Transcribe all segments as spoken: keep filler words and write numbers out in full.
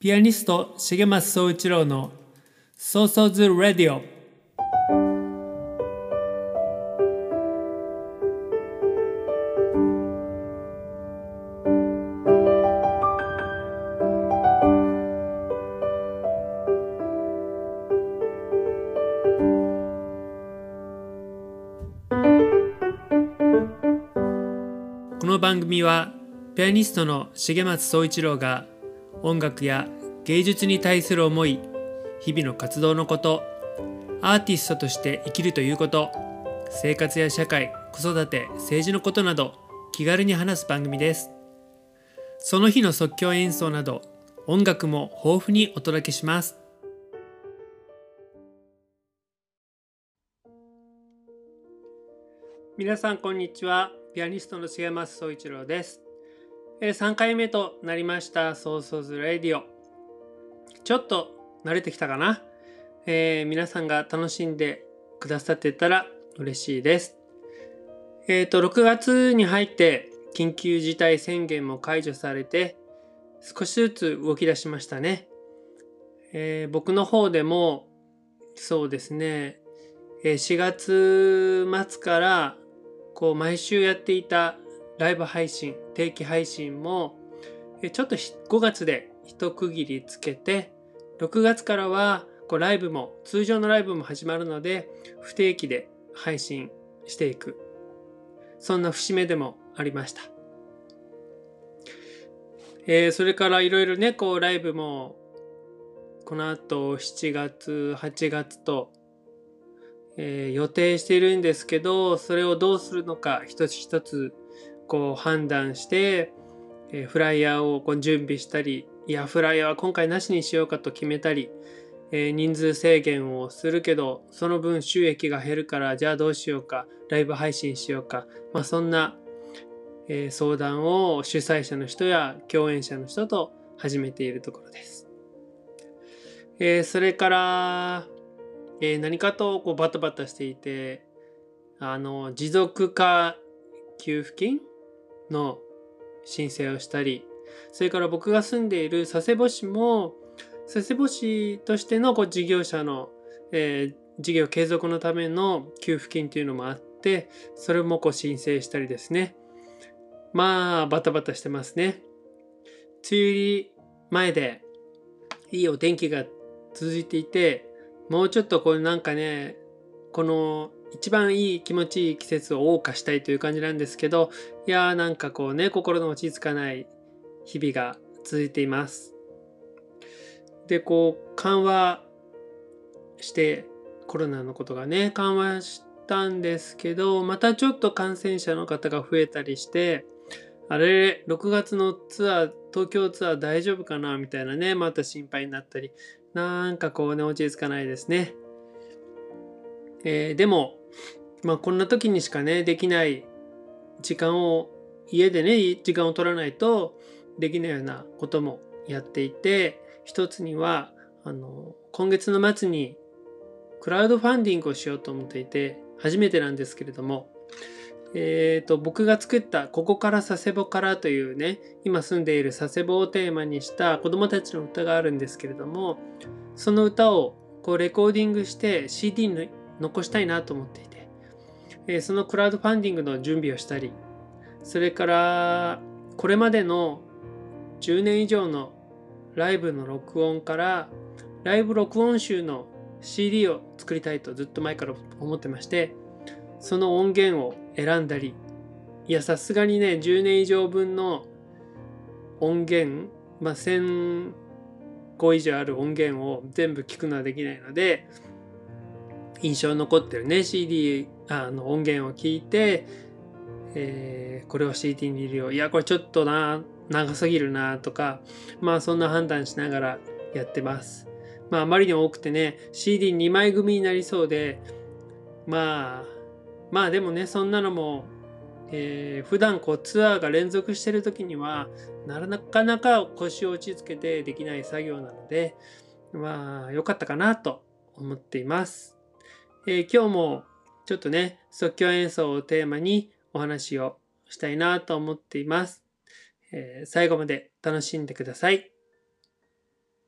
ピアニスト重松総一郎のソーソーズラディオ。この番組はピアニストの重松総一郎が音楽や芸術に対する思い、日々の活動のこと、アーティストとして生きるということ、生活や社会、子育て、政治のことなど気軽に話す番組です。その日の即興演奏など音楽も豊富にお届けします。皆さんこんにちは。ピアニストの重松総一郎です。さんかいめとなりましたソーソーズラディオ。ちょっと慣れてきたかな、えー、皆さんが楽しんでくださってたら嬉しいです。えーとろくがつに入って緊急事態宣言も解除されて少しずつ動き出しましたね。えー、僕の方でもそうですね、しがつ末からこう毎週やっていたライブ配信、定期配信もちょっとごがつで一区切りつけて、ろくがつからはこうライブも通常のライブも始まるので不定期で配信していく、そんな節目でもありました。えー、それからいろいろねこうライブもこの後しちがつはちがつとえー、予定しているんですけど、それをどうするのか一つ一つこう判断して、えー、フライヤーをこう準備したり、いやフライヤーは今回なしにしようかと決めたり、えー、人数制限をするけどその分収益が減るからじゃあどうしようか、ライブ配信しようか、まあ、そんな、えー、相談を主催者の人や共演者の人と始めているところです。えー、それからえー、何かとこうバタバタしていて、あの持続化給付金の申請をしたり、それから僕が住んでいる佐世保市も佐世保市としてのこう事業者の、えー、事業継続のための給付金というのもあって、それもこう申請したりですね。まあバタバタしてますね。梅雨入り前でいいお天気が続いていて、もうちょっとこうなんかね、この一番いい気持ちいい季節を謳歌したいという感じなんですけど、いやーなんかこうね、心の落ち着かない日々が続いています。でこう緩和してコロナのことがね緩和したんですけど、またちょっと感染者の方が増えたりして、あれろくがつのツアー、東京ツアー大丈夫かなみたいなね、また心配になったり、なんかこうね落ち着かないですね。えー、でもまあこんな時にしかねできない時間を、家でね時間を取らないとできないようなこともやっていて、一つにはあの今月の末にクラウドファンディングをしようと思っていて、初めてなんですけれども、えーと僕が作ったここから佐世保からというね、今住んでいる佐世保をテーマにした子どもたちの歌があるんですけれども、その歌をこうレコーディングして シーディー に残したいなと思っていて、えー、そのクラウドファンディングの準備をしたり、それからこれまでのじゅうねん以上のライブの録音からライブ録音集の シーディー を作りたいとずっと前から思ってまして、その音源を選んだり、いやさすがにねじゅうねん以上分の音源、まあ、せんこ以上ある音源を全部聞くのはできないので、印象に残ってるね シーディー あの音源を聞いて、えー、これを シーディー に入れるよ、いやこれちょっとな長すぎるなとか、まあそんな判断しながらやってます。まああまりに多くてね シーディーに 枚組になりそうで、まあまあでもねそんなのも、えー、普段こうツアーが連続してる時にはなかなか腰を落ち着けてできない作業なので、まあ良かったかなと思っています。えー、今日もちょっとね即興演奏をテーマにお話をしたいなと思っています。えー、最後まで楽しんでください。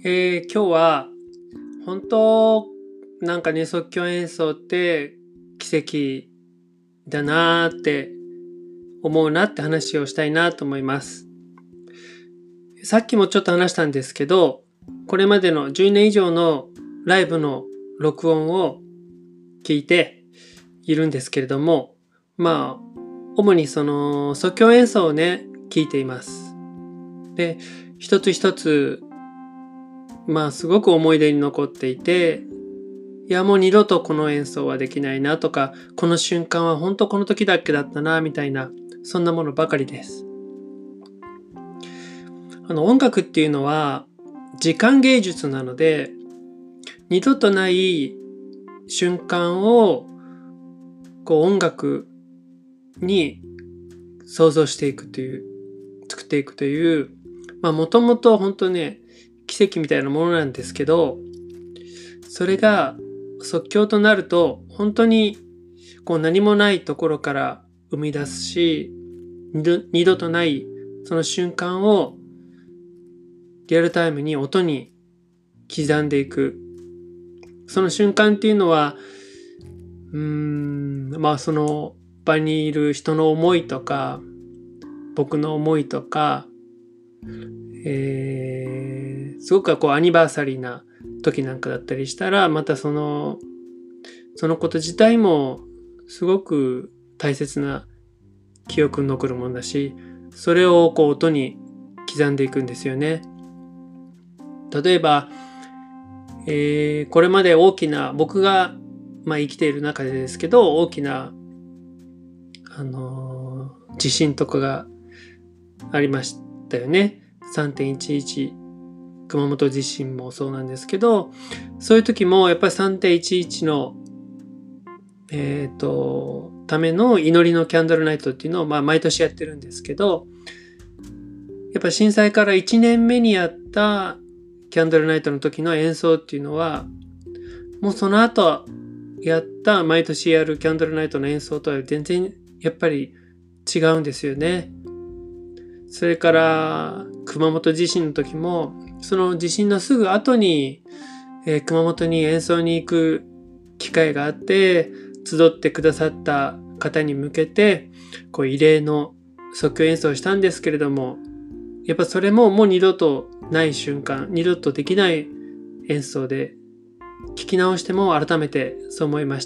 えー今日は本当なんかね、即興演奏って奇跡だなーって思うなって話をしたいなと思います。さっきもちょっと話したんですけど、これまでのじゅうねん以上のライブの録音を聞いているんですけれども、まあ主にその即興演奏をね聞いています。で、一つ一つまあすごく思い出に残っていて、いやもう二度とこの演奏はできないなとか、この瞬間は本当この時だけだったなみたいな、そんなものばかりです。あの音楽っていうのは時間芸術なので、二度とない瞬間をこう音楽に想像していくという、作っていくという、まあもともと本当ね、奇跡みたいなものなんですけど、それが即興となると本当にこう何もないところから生み出すし、二度、二度とないその瞬間をリアルタイムに音に刻んでいく。その瞬間っていうのは、うーん、まあその場にいる人の思いとか、僕の思いとか、えー、すごくこうアニバーサリーな時なんかだったりしたら、またその、そのこと自体もすごく大切な記憶に残るものだし、それをこう音に刻んでいくんですよね。例えば、えー、これまで大きな、僕が、まあ、生きている中でですけど、大きな、あのー地震とかがありましたよね。さんてんいちいち熊本地震もそうなんですけど、そういう時もやっぱり さんてんいちいち の、えっと、ための祈りのキャンドルナイトっていうのを、まあ、毎年やってるんですけど、やっぱ震災からいちねんめにやったキャンドルナイトの時の演奏っていうのは、もうその後やった毎年やるキャンドルナイトの演奏とは全然やっぱり違うんですよね。それから熊本地震の時も、その地震のすぐ後に、えー熊本に演奏に行く機会があって、集ってくださった方に向けてこう異例の即興演奏をしたんですけれども、やっぱそれももう二度とない瞬間、二度とできない演奏で、聞き直しても改めてそう思いました。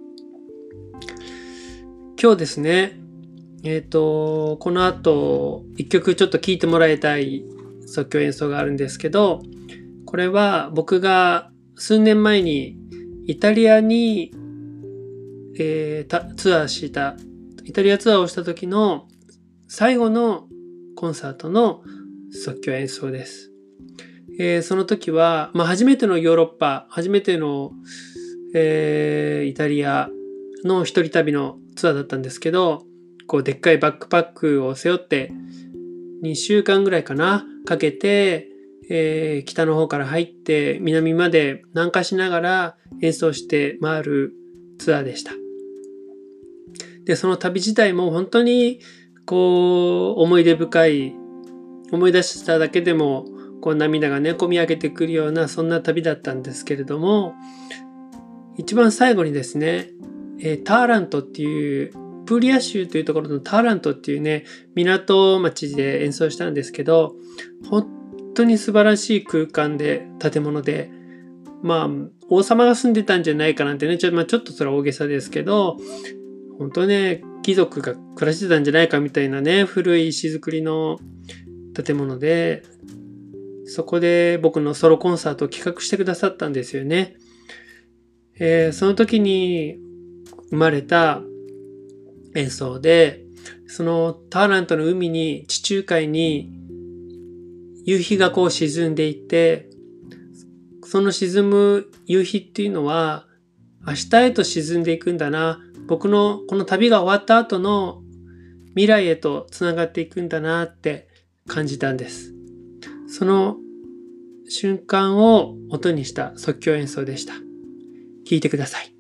今日ですね、えっと、この後一曲ちょっと聴いてもらいたい即興演奏があるんですけど、これは僕が数年前にイタリアに、えー、ツアーした、イタリアツアーをした時の最後のコンサートの即興演奏です。えー、その時は、まあ、初めてのヨーロッパ、初めての、えー、イタリアの一人旅のツアーだったんですけど、こうでっかいバックパックを背負ってにしゅうかんぐらいかなかけて、えー、北の方から入って南まで南下しながら演奏して回るツアーでした。で、その旅自体も本当にこう思い出深い、思い出しただけでもこう涙がね込み上げてくるようなそんな旅だったんですけれども、一番最後にですね、えー、ターラントっていうプーリア州というところのターラントっていうね港町で演奏したんですけど、本当に素晴らしい空間で建物で、まあ王様が住んでたんじゃないかなんてね、ちょ,、まあ、ちょっとそれは大げさですけど、本当ね貴族が暮らしてたんじゃないかみたいなね古い石造りの建物で、そこで僕のソロコンサートを企画してくださったんですよね。えー、その時に生まれた演奏で、そのターラントの海に、地中海に夕日がこう沈んでいって、その沈む夕日っていうのは明日へと沈んでいくんだな、僕のこの旅が終わった後の未来へとつながっていくんだなって感じたんです。その瞬間を音にした即興演奏でした。聴いてください。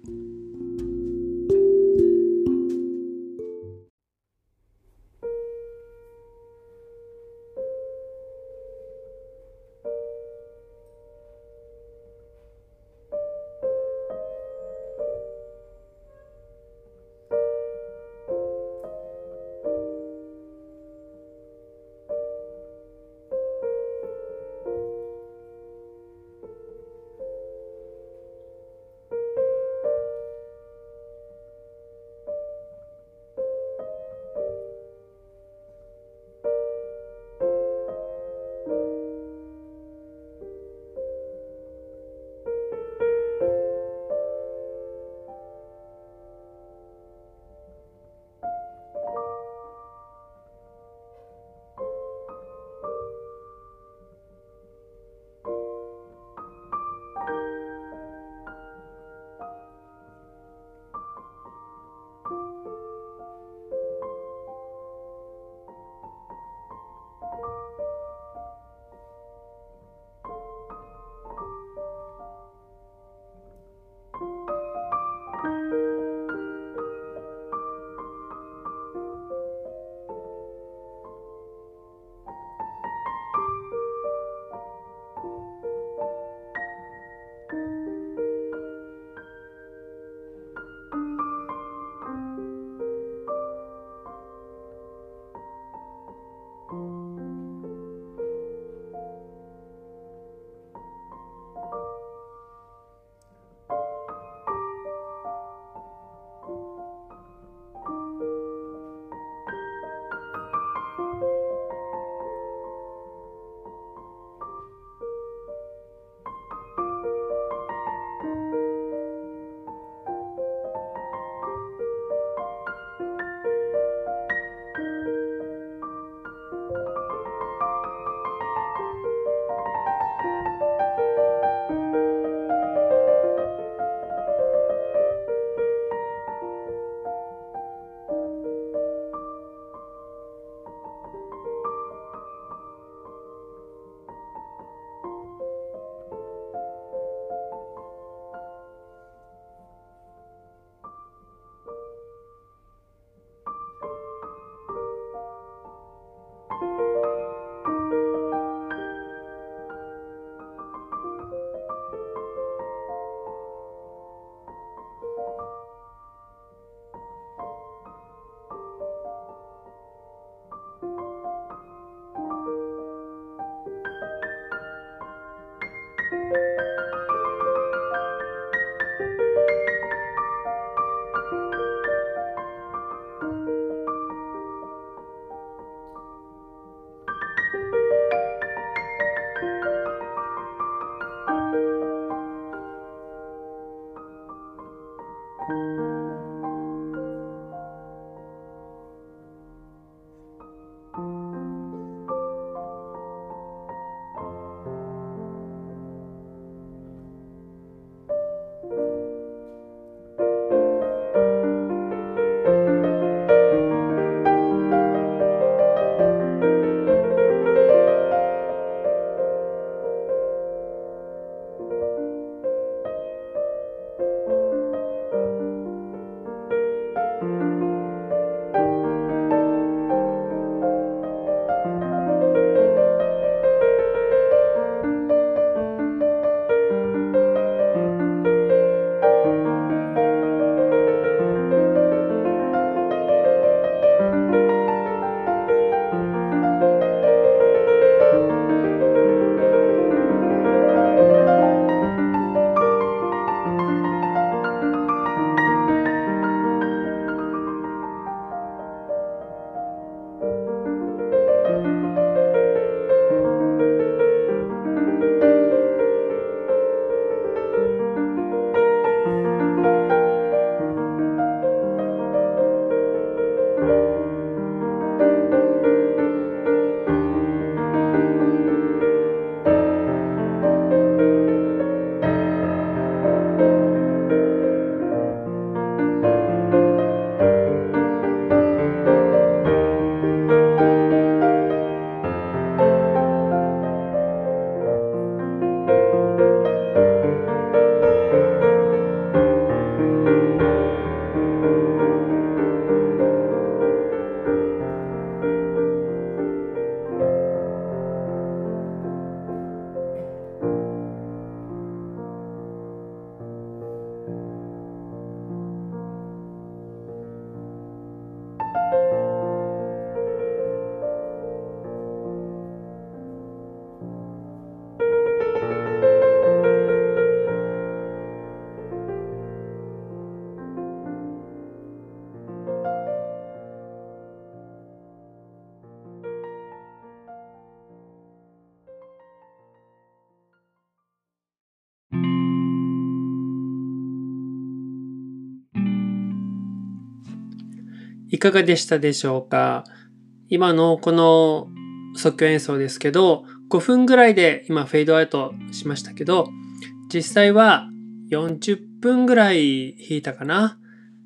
いかがでしたでしょうか。今のこの即興演奏ですけど、ごふんぐらいで今フェードアウトしましたけど、実際はよんじゅっぷんぐらい弾いたかな。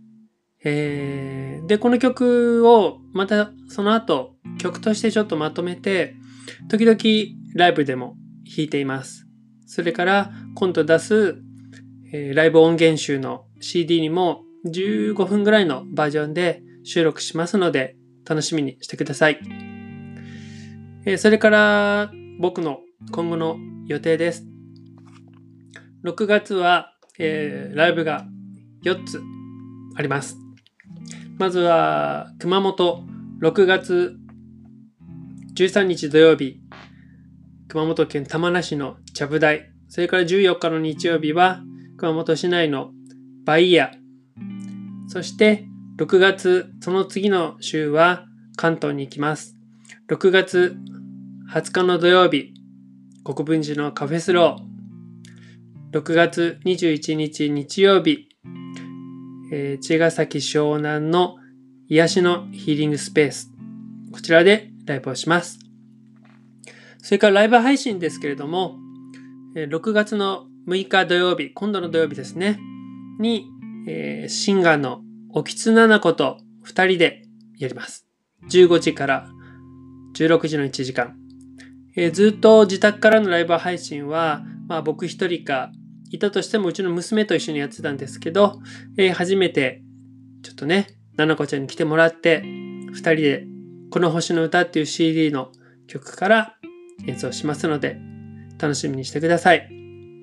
えー、で、この曲をまたその後曲としてちょっとまとめて、時々ライブでも弾いています。それから今度出す、えー、ライブ音源集の シーディー にもじゅうごふんぐらいのバージョンで収録しますので楽しみにしてください。えー、それから僕の今後の予定です。ろくがつは、えー、ライブがよっつあります。まずは熊本ろくがつじゅうさんにち土曜日、熊本県玉名市のちゃぶ台、それからじゅうよっかの日曜日は熊本市内のバイヤ、そしてろくがつその次の週は関東に行きます。ろくがつはつかの土曜日、国分寺のカフェスロー、ろくがつにじゅういちにち日曜日、えー、茅ヶ崎湘南の癒しのヒーリングスペース、こちらでライブをします。それからライブ配信ですけれども、ろくがつのむいか土曜日、今度の土曜日ですね、に、えー、シンガーの沖津菜々子とふたりでやります。じゅうごじからじゅうろくじのいちじかん。えー、ずっと自宅からのライブ配信は、まあ僕一人か、いたとしてもうちの娘と一緒にやってたんですけど、えー、初めてちょっとね、菜々子ちゃんに来てもらって、ふたりでこの星の歌っていう シーディー の曲から演奏しますので、楽しみにしてください。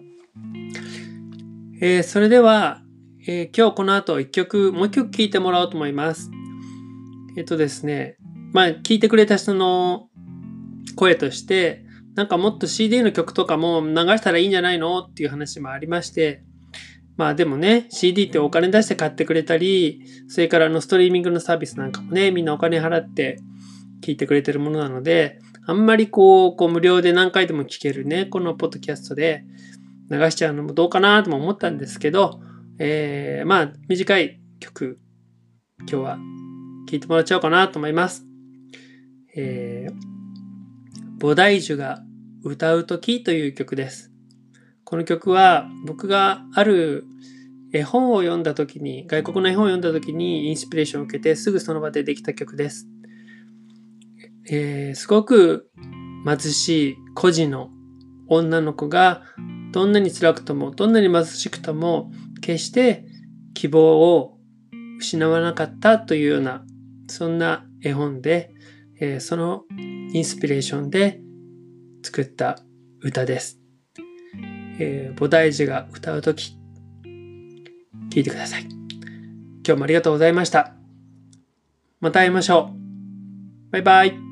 えー、それでは、えー、今日この後一曲、もう一曲聴いてもらおうと思います。えっとですね、まあ聴いてくれた人の声として、なんかもっと シーディー の曲とかも流したらいいんじゃないのっていう話もありまして、まあでもね、シーディー ってお金出して買ってくれたり、それからあのストリーミングのサービスなんかもね、みんなお金払って聴いてくれてるものなので、あんまりこう、こう無料で何回でも聴けるね、このポッドキャストで流しちゃうのもどうかなとも思ったんですけど、 えー、まあ短い曲今日は聴いてもらっちゃおうかなと思います。えー、菩提樹が歌うときという曲です。この曲は僕がある絵本を読んだときに、外国の絵本を読んだときにインスピレーションを受けてすぐその場でできた曲です。えー、すごく貧しい孤児の女の子がどんなに辛くともどんなに貧しくとも決して希望を失わなかったというようなそんな絵本で、えー、そのインスピレーションで作った歌です。えー、菩提樹が歌うとき聞いてください。今日もありがとうございました。また会いましょう。バイバイ。